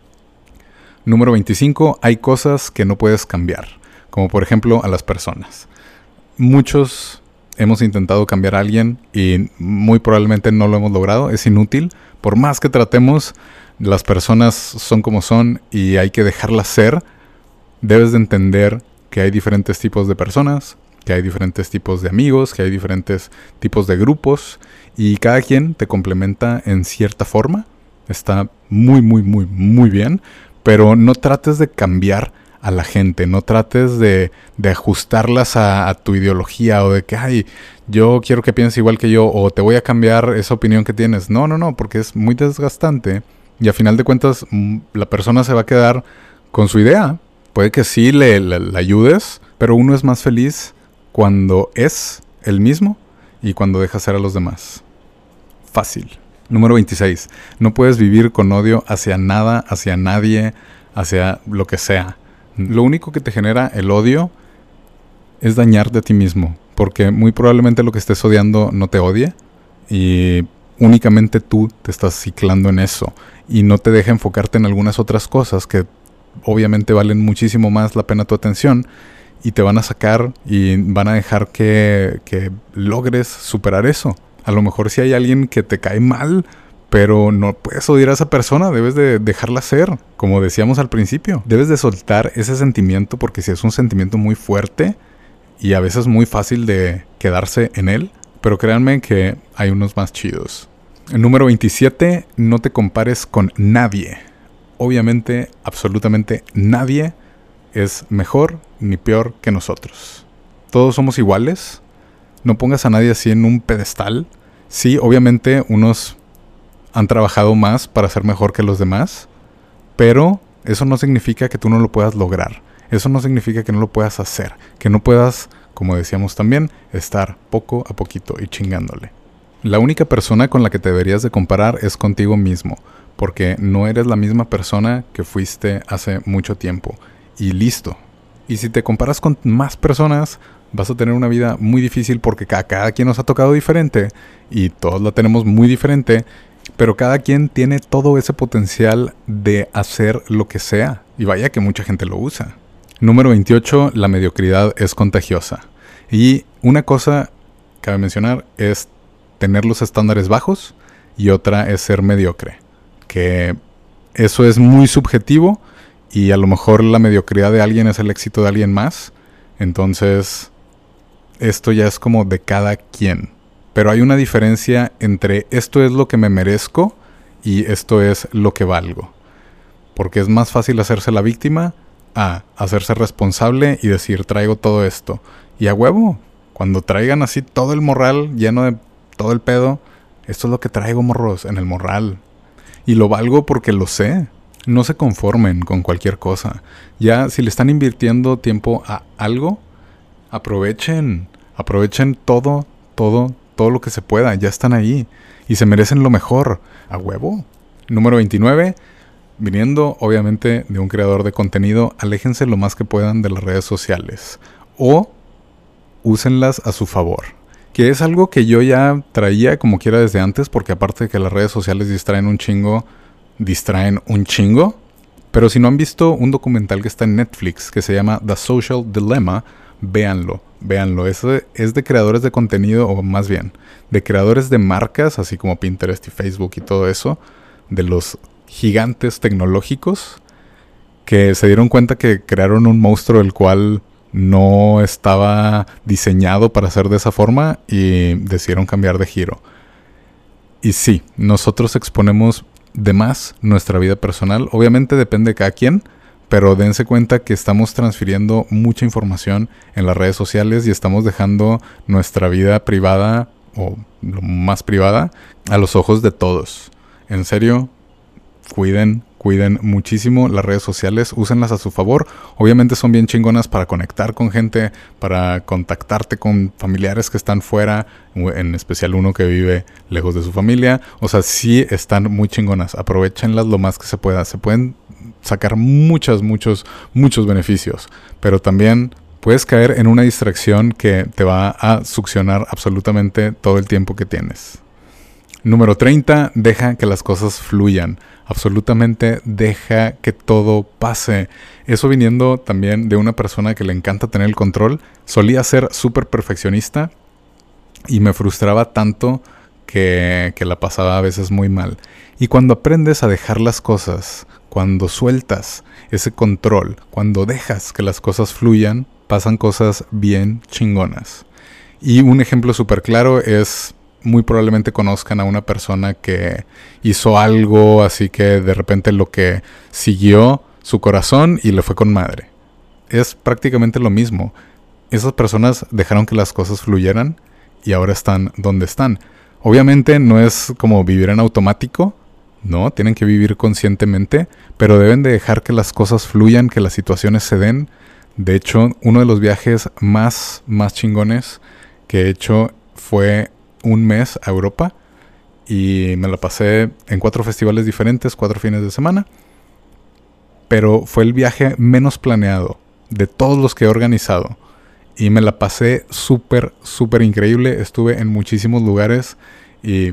Número veinticinco. Hay cosas que no puedes cambiar, como por ejemplo a las personas. Muchos hemos intentado cambiar a alguien y muy probablemente no lo hemos logrado. Es inútil. Por más que tratemos, las personas son como son y hay que dejarlas ser. Debes de entender que hay diferentes tipos de personas, que hay diferentes tipos de amigos, que hay diferentes tipos de grupos y cada quien te complementa en cierta forma. Está muy, muy, muy, muy bien, pero no trates de cambiar a la gente, no trates de, de ajustarlas a, a tu ideología o de que, ay, yo quiero que pienses igual que yo o te voy a cambiar esa opinión que tienes. No, no, no, porque es muy desgastante y a final de cuentas la persona se va a quedar con su idea. Puede que sí le, le, le ayudes, pero uno es más feliz cuando es el mismo y cuando deja ser a los demás. Fácil. Número veintiséis. No puedes vivir con odio hacia nada, hacia nadie, hacia lo que sea. Lo único que te genera el odio es dañarte a ti mismo, porque muy probablemente lo que estés odiando no te odie y únicamente tú te estás ciclando en eso y no te deja enfocarte en algunas otras cosas que obviamente valen muchísimo más la pena tu atención y te van a sacar y van a dejar que, que logres superar eso. A lo mejor si hay alguien que te cae mal, pero no puedes odiar a esa persona, debes de dejarla ser, como decíamos al principio. Debes de soltar ese sentimiento porque si es un sentimiento muy fuerte y a veces muy fácil de quedarse en él, pero créanme que hay unos más chidos. El número veintisiete, no te compares con nadie. Obviamente, absolutamente nadie es mejor ni peor que nosotros. Todos somos iguales. No pongas a nadie así en un pedestal. Sí, obviamente unos han trabajado más para ser mejor que los demás, pero eso no significa que tú no lo puedas lograr. Eso no significa que no lo puedas hacer, que no puedas, como decíamos también, estar poco a poquito y chingándole. La única persona con la que te deberías de comparar es contigo mismo, porque no eres la misma persona que fuiste hace mucho tiempo. Y listo. Y si te comparas con más personas, vas a tener una vida muy difícil porque cada, cada quien nos ha tocado diferente y todos la tenemos muy diferente. Pero cada quien tiene todo ese potencial de hacer lo que sea. Y vaya que mucha gente lo usa. Número veintiocho. La mediocridad es contagiosa. Y una cosa, cabe mencionar, es tener los estándares bajos. Y otra es ser mediocre. Que eso es muy subjetivo. Y a lo mejor la mediocridad de alguien es el éxito de alguien más. Entonces, esto ya es como de cada quien. Pero hay una diferencia entre esto es lo que me merezco y esto es lo que valgo. Porque es más fácil hacerse la víctima a hacerse responsable y decir traigo todo esto. Y a huevo, cuando traigan así todo el morral lleno de todo el pedo, esto es lo que traigo, morros, en el morral. Y lo valgo porque lo sé. No se conformen con cualquier cosa. Ya si le están invirtiendo tiempo a algo, aprovechen. Aprovechen todo, todo, todo lo que se pueda, ya están ahí y se merecen lo mejor, a huevo. Número veintinueve, viniendo obviamente de un creador de contenido, aléjense lo más que puedan de las redes sociales o úsenlas a su favor, que es algo que yo ya traía como quiera desde antes, porque aparte de que las redes sociales distraen un chingo, distraen un chingo, pero si no han visto un documental que está en Netflix que se llama The Social Dilemma, véanlo. Véanlo, es de, es de creadores de contenido, o más bien, de creadores de marcas, así como Pinterest y Facebook y todo eso, de los gigantes tecnológicos, que se dieron cuenta que crearon un monstruo el cual no estaba diseñado para ser de esa forma y decidieron cambiar de giro. Y sí, nosotros exponemos de más nuestra vida personal, obviamente depende de cada quien, pero dense cuenta que estamos transfiriendo mucha información en las redes sociales y estamos dejando nuestra vida privada, o lo más privada, a los ojos de todos. En serio, cuiden, cuiden muchísimo las redes sociales, úsenlas a su favor. Obviamente son bien chingonas para conectar con gente, para contactarte con familiares que están fuera, en especial uno que vive lejos de su familia. O sea, sí están muy chingonas. Aprovéchenlas lo más que se pueda. Se pueden sacar muchos, muchos, muchos beneficios. Pero también puedes caer en una distracción que te va a succionar absolutamente todo el tiempo que tienes. Número treinta, deja que las cosas fluyan. Absolutamente deja que todo pase. Eso viniendo también de una persona que le encanta tener el control. Solía ser súper perfeccionista y me frustraba tanto que, que la pasaba a veces muy mal. Y cuando aprendes a dejar las cosas, cuando sueltas ese control, cuando dejas que las cosas fluyan, pasan cosas bien chingonas. Y un ejemplo súper claro es, muy probablemente conozcan a una persona que hizo algo así que de repente lo que siguió su corazón y le fue con madre. Es prácticamente lo mismo. Esas personas dejaron que las cosas fluyeran y ahora están donde están. Obviamente no es como vivir en automático, no, tienen que vivir conscientemente, pero deben de dejar que las cosas fluyan, que las situaciones se den. De hecho, uno de los viajes más, más chingones que he hecho fue un mes a Europa y me la pasé en cuatro festivales diferentes, cuatro fines de semana, pero fue el viaje menos planeado de todos los que he organizado y me la pasé súper, súper increíble. Estuve en muchísimos lugares y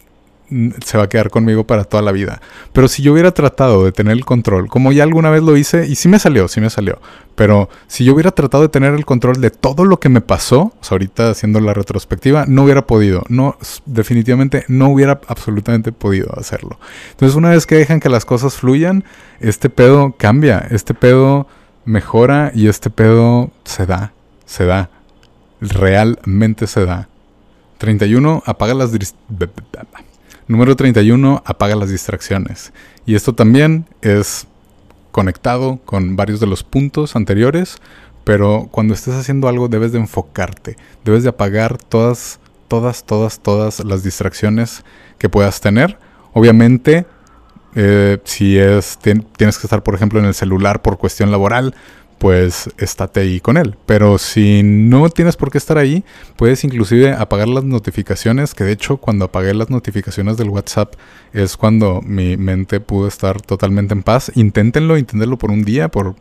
se va a quedar conmigo para toda la vida. Pero si yo hubiera tratado de tener el control, como ya alguna vez lo hice, y sí me salió, sí me salió, pero si yo hubiera tratado de tener el control de todo lo que me pasó, o sea, ahorita haciendo la retrospectiva, no hubiera podido, no, definitivamente no hubiera absolutamente podido hacerlo. Entonces, una vez que dejan que las cosas fluyan, este pedo cambia, este pedo mejora y este pedo se da, se da, realmente se da. treinta y uno, apaga las... Dist- Número treinta y uno, apaga las distracciones. Y esto también es conectado con varios de los puntos anteriores, pero cuando estés haciendo algo debes de enfocarte, debes de apagar todas, todas, todas, todas las distracciones que puedas tener. Obviamente, eh, si es ten, tienes que estar, por ejemplo, en el celular por cuestión laboral, pues estate ahí con él. Pero si no tienes por qué estar ahí, puedes inclusive apagar las notificaciones, que de hecho cuando apagué las notificaciones del WhatsApp es cuando mi mente pudo estar totalmente en paz. Inténtenlo, inténtenlo por un día, por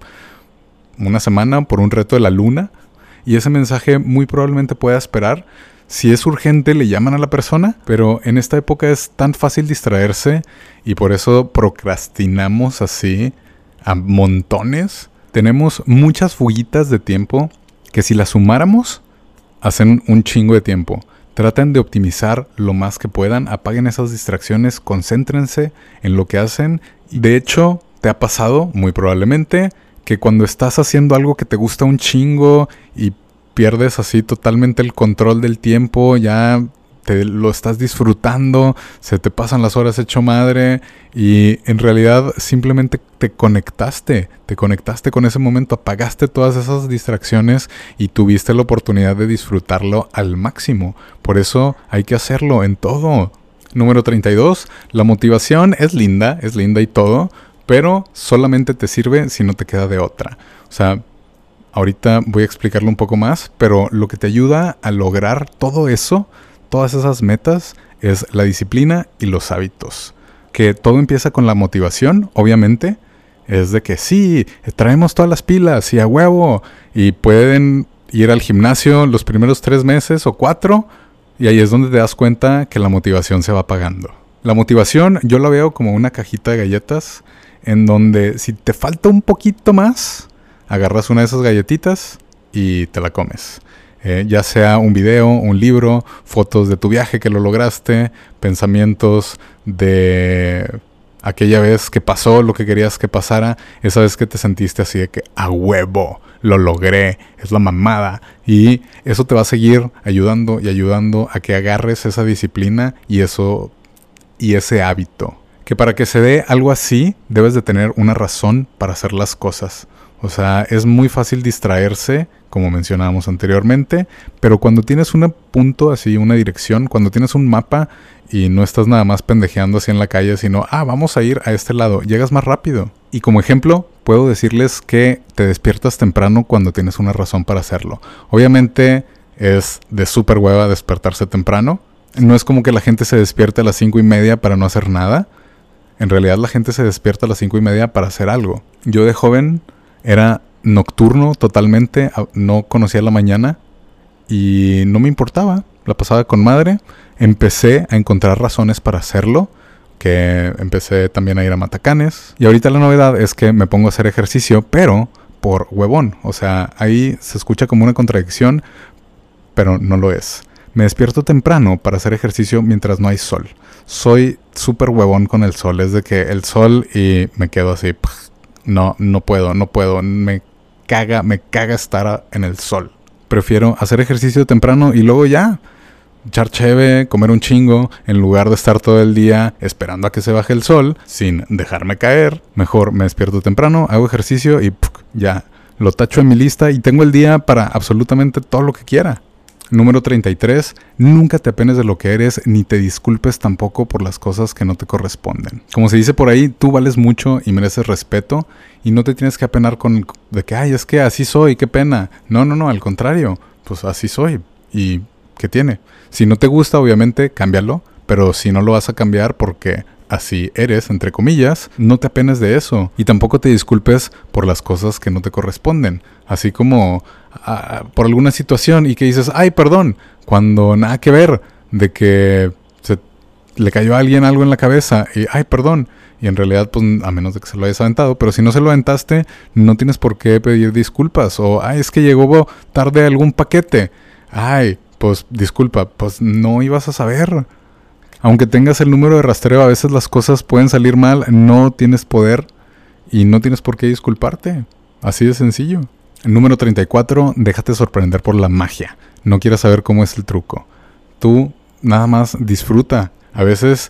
una semana, por un reto de la luna, y ese mensaje muy probablemente pueda esperar. Si es urgente, le llaman a la persona, pero en esta época es tan fácil distraerse y por eso procrastinamos así a montones. Tenemos muchas fuguitas de tiempo que si las sumáramos, hacen un chingo de tiempo. Traten de optimizar lo más que puedan, apaguen esas distracciones, concéntrense en lo que hacen. De hecho, te ha pasado, muy probablemente, que cuando estás haciendo algo que te gusta un chingo y pierdes así totalmente el control del tiempo, ya te lo estás disfrutando, se te pasan las horas hecho madre y en realidad simplemente te conectaste, te conectaste con ese momento, apagaste todas esas distracciones y tuviste la oportunidad de disfrutarlo al máximo. Por eso hay que hacerlo en todo. Número treinta y dos, la motivación es linda, es linda y todo, pero solamente te sirve si no te queda de otra. O sea, ahorita voy a explicarlo un poco más, pero lo que te ayuda a lograr todo eso, todas esas metas, es la disciplina y los hábitos. Que todo empieza con la motivación, obviamente. Es de que sí, traemos todas las pilas y a huevo. Y pueden ir al gimnasio los primeros tres meses o cuatro. Y ahí es donde te das cuenta que la motivación se va apagando. La motivación yo la veo como una cajita de galletas. En donde si te falta un poquito más, agarras una de esas galletitas y te la comes. Eh, ya sea un video, un libro, fotos de tu viaje que lo lograste, pensamientos de aquella vez que pasó lo que querías que pasara, esa vez que te sentiste así de que a huevo, lo logré, es la mamada. Y eso te va a seguir ayudando y ayudando a que agarres esa disciplina y eso y ese hábito. Que para que se dé algo así, debes de tener una razón para hacer las cosas. O O sea, es muy fácil distraerse, como mencionábamos anteriormente, pero cuando tienes un punto así, una dirección, cuando tienes un mapa y no estás nada más pendejeando así en la calle, sino, ah, vamos a ir a este lado, llegas más rápido. Y como ejemplo, puedo decirles que te despiertas temprano cuando tienes una razón para hacerlo. Obviamente es de súper hueva despertarse temprano. No es como que la gente se despierte a las cinco y media para no hacer nada. En realidad la gente se despierta a las cinco y media para hacer algo. Yo de joven era nocturno totalmente, no conocía la mañana y no me importaba, la pasaba con madre. Empecé a encontrar razones para hacerlo, que empecé también a ir a matacanes. Y ahorita la novedad es que me pongo a hacer ejercicio, pero por huevón. O sea, ahí se escucha como una contradicción, pero no lo es. Me despierto temprano para hacer ejercicio mientras no hay sol. Soy súper huevón con el sol, es de que el sol y me quedo así... No, no puedo, no puedo. Me caga, me caga estar en el sol. Prefiero hacer ejercicio temprano y luego ya echar cheve, comer un chingo, en lugar de estar todo el día esperando a que se baje el sol sin dejarme caer. Mejor me despierto temprano, hago ejercicio y ¡puc! Ya lo tacho en mi lista y tengo el día para absolutamente todo lo que quiera. Número treinta y tres. Nunca te apenes de lo que eres ni te disculpes tampoco por las cosas que no te corresponden. Como se dice por ahí, tú vales mucho y mereces respeto y no te tienes que apenar con de que, ay, es que así soy, qué pena. No, no, no, al contrario, pues así soy. ¿Y qué tiene? Si no te gusta, obviamente, cámbialo, pero si no lo vas a cambiar porque así eres, entre comillas, no te apenes de eso. Y tampoco te disculpes por las cosas que no te corresponden. Así como uh, por alguna situación y que dices, ay, perdón, cuando nada que ver, de que se le cayó a alguien algo en la cabeza y, ay, perdón. Y en realidad, pues, a menos de que se lo hayas aventado, pero si no se lo aventaste, no tienes por qué pedir disculpas. O, ay, es que llegó tarde algún paquete. Ay, pues, disculpa, pues no ibas a saber. Aunque tengas el número de rastreo, a veces las cosas pueden salir mal, no tienes poder y no tienes por qué disculparte. Así de sencillo. Número treinta y cuatro, déjate sorprender por la magia. No quieras saber cómo es el truco. Tú nada más disfruta. A veces,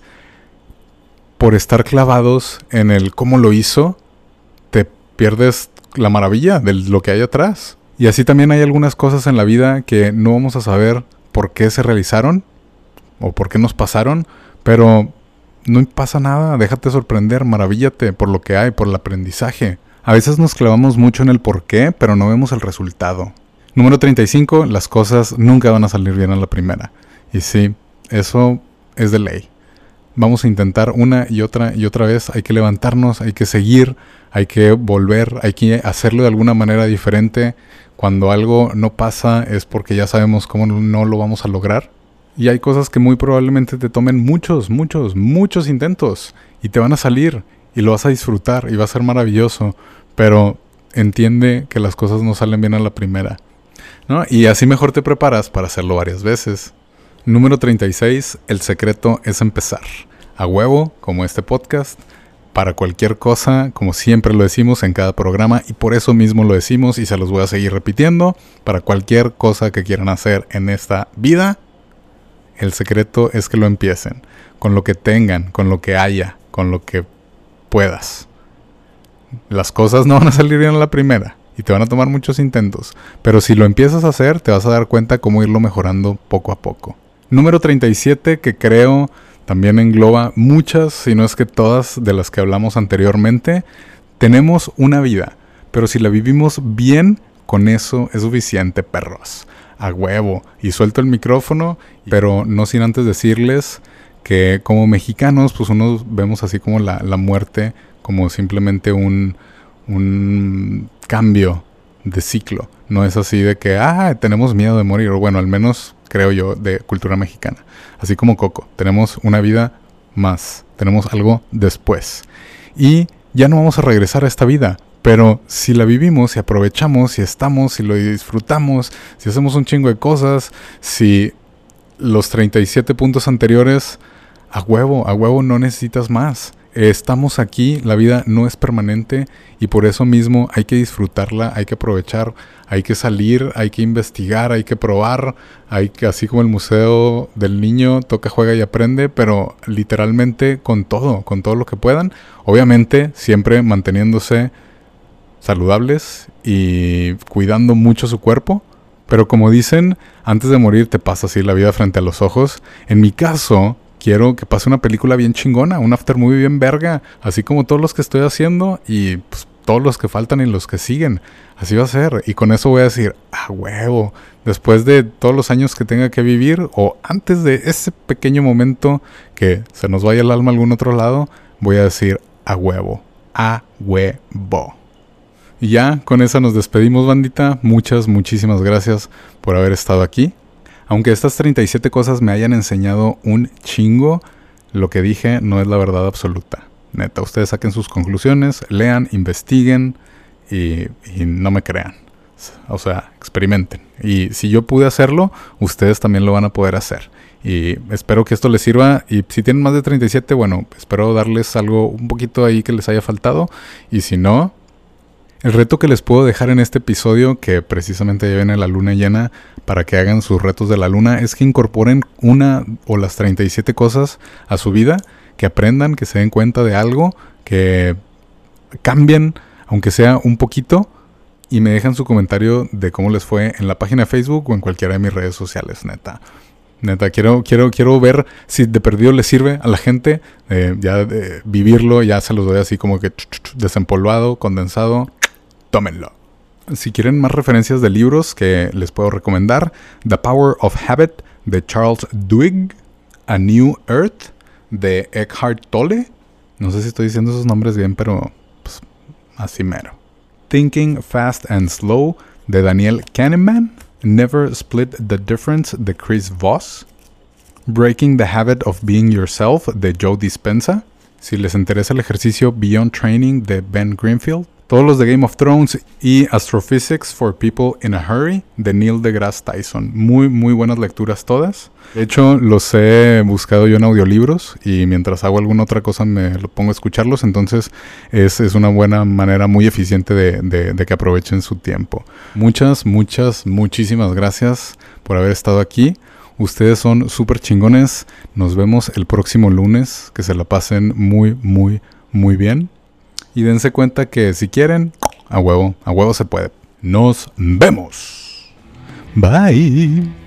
por estar clavados en el cómo lo hizo, te pierdes la maravilla de lo que hay atrás. Y así también hay algunas cosas en la vida que no vamos a saber por qué se realizaron o por qué nos pasaron, pero no pasa nada, déjate sorprender, maravíllate por lo que hay, por el aprendizaje. A veces nos clavamos mucho en el por qué, pero no vemos el resultado. Número treinta y cinco, las cosas nunca van a salir bien a la primera. Y sí, eso es de ley. Vamos a intentar una y otra y otra vez, hay que levantarnos, hay que seguir, hay que volver, hay que hacerlo de alguna manera diferente. Cuando algo no pasa es porque ya sabemos cómo no lo vamos a lograr. Y hay cosas que muy probablemente te tomen muchos, muchos, muchos intentos y te van a salir y lo vas a disfrutar y va a ser maravilloso, pero entiende que las cosas no salen bien a la primera, ¿no? Y así mejor te preparas para hacerlo varias veces. Número treinta y seis, el secreto es empezar. A huevo, como este podcast, para cualquier cosa, como siempre lo decimos en cada programa y por eso mismo lo decimos y se los voy a seguir repitiendo, para cualquier cosa que quieran hacer en esta vida. El secreto es que lo empiecen, con lo que tengan, con lo que haya, con lo que puedas. Las cosas no van a salir bien a la primera y te van a tomar muchos intentos, pero si lo empiezas a hacer, te vas a dar cuenta cómo irlo mejorando poco a poco. Número treinta y siete, que creo también engloba muchas, si no es que todas de las que hablamos anteriormente. Tenemos una vida, pero si la vivimos bien, con eso es suficiente, perros. A huevo. Y suelto el micrófono, pero no sin antes decirles que como mexicanos, pues unos vemos así como la, la muerte como simplemente un, un cambio de ciclo. No es así de que, ah, tenemos miedo de morir. O bueno, al menos creo yo, de cultura mexicana. Así como Coco, tenemos una vida más, tenemos algo después. Y ya no vamos a regresar a esta vida. Pero si la vivimos, si aprovechamos, si estamos, si lo disfrutamos, si hacemos un chingo de cosas, si los treinta y siete puntos anteriores, a huevo, a huevo no necesitas más. Estamos aquí, la vida no es permanente y por eso mismo hay que disfrutarla, hay que aprovechar, hay que salir, hay que investigar, hay que probar, hay que, así como el museo del niño, toca, juega y aprende, pero literalmente con todo, con todo lo que puedan. Obviamente siempre manteniéndose saludables y cuidando mucho su cuerpo. Pero como dicen, antes de morir te pasa así la vida frente a los ojos. En mi caso, quiero que pase una película bien chingona, un after movie bien verga, así como todos los que estoy haciendo y pues, todos los que faltan y los que siguen. Así va a ser. Y con eso voy a decir, ah, huevo, después de todos los años que tenga que vivir o antes de ese pequeño momento que se nos vaya el alma a algún otro lado, voy a decir, a huevo, a huevo. Y ya, con esa nos despedimos, bandita. Muchas, muchísimas gracias por haber estado aquí. Aunque estas treinta y siete cosas me hayan enseñado un chingo, lo que dije no es la verdad absoluta. Neta, ustedes saquen sus conclusiones, lean, investiguen y, y no me crean. O sea, experimenten. Y si yo pude hacerlo, ustedes también lo van a poder hacer. Y espero que esto les sirva. Y si tienen más de treinta y siete, bueno, espero darles algo un poquito ahí que les haya faltado. Y si no, el reto que les puedo dejar en este episodio, que precisamente ya viene la luna llena, para que hagan sus retos de la luna, es que incorporen una o las treinta y siete cosas a su vida, que aprendan, que se den cuenta de algo, que cambien, aunque sea un poquito, y me dejan su comentario de cómo les fue en la página de Facebook o en cualquiera de mis redes sociales, neta. Neta, quiero, quiero, quiero ver si de perdido les sirve a la gente, eh, ya eh, vivirlo, ya se los doy así como que desempolvado, condensado. Tómenlo. Si quieren más referencias de libros que les puedo recomendar, The Power of Habit de Charles Duhigg, A New Earth de Eckhart Tolle. No sé si estoy diciendo esos nombres bien, pero pues, así mero. Thinking Fast and Slow de Daniel Kahneman. Never Split the Difference de Chris Voss. Breaking the Habit of Being Yourself de Joe Dispenza. Si les interesa el ejercicio Beyond Training de Ben Greenfield. Todos los de Game of Thrones y Astrophysics for People in a Hurry de Neil deGrasse Tyson. Muy, muy buenas lecturas todas. De hecho, los he buscado yo en audiolibros y mientras hago alguna otra cosa me lo pongo a escucharlos. Entonces es, es una buena manera muy eficiente de, de, de que aprovechen su tiempo. Muchas, muchas, muchísimas gracias por haber estado aquí. Ustedes son súper chingones. Nos vemos el próximo lunes. Que se la pasen muy, muy, muy bien. Y dense cuenta que si quieren, a huevo, a huevo se puede. Nos vemos. Bye.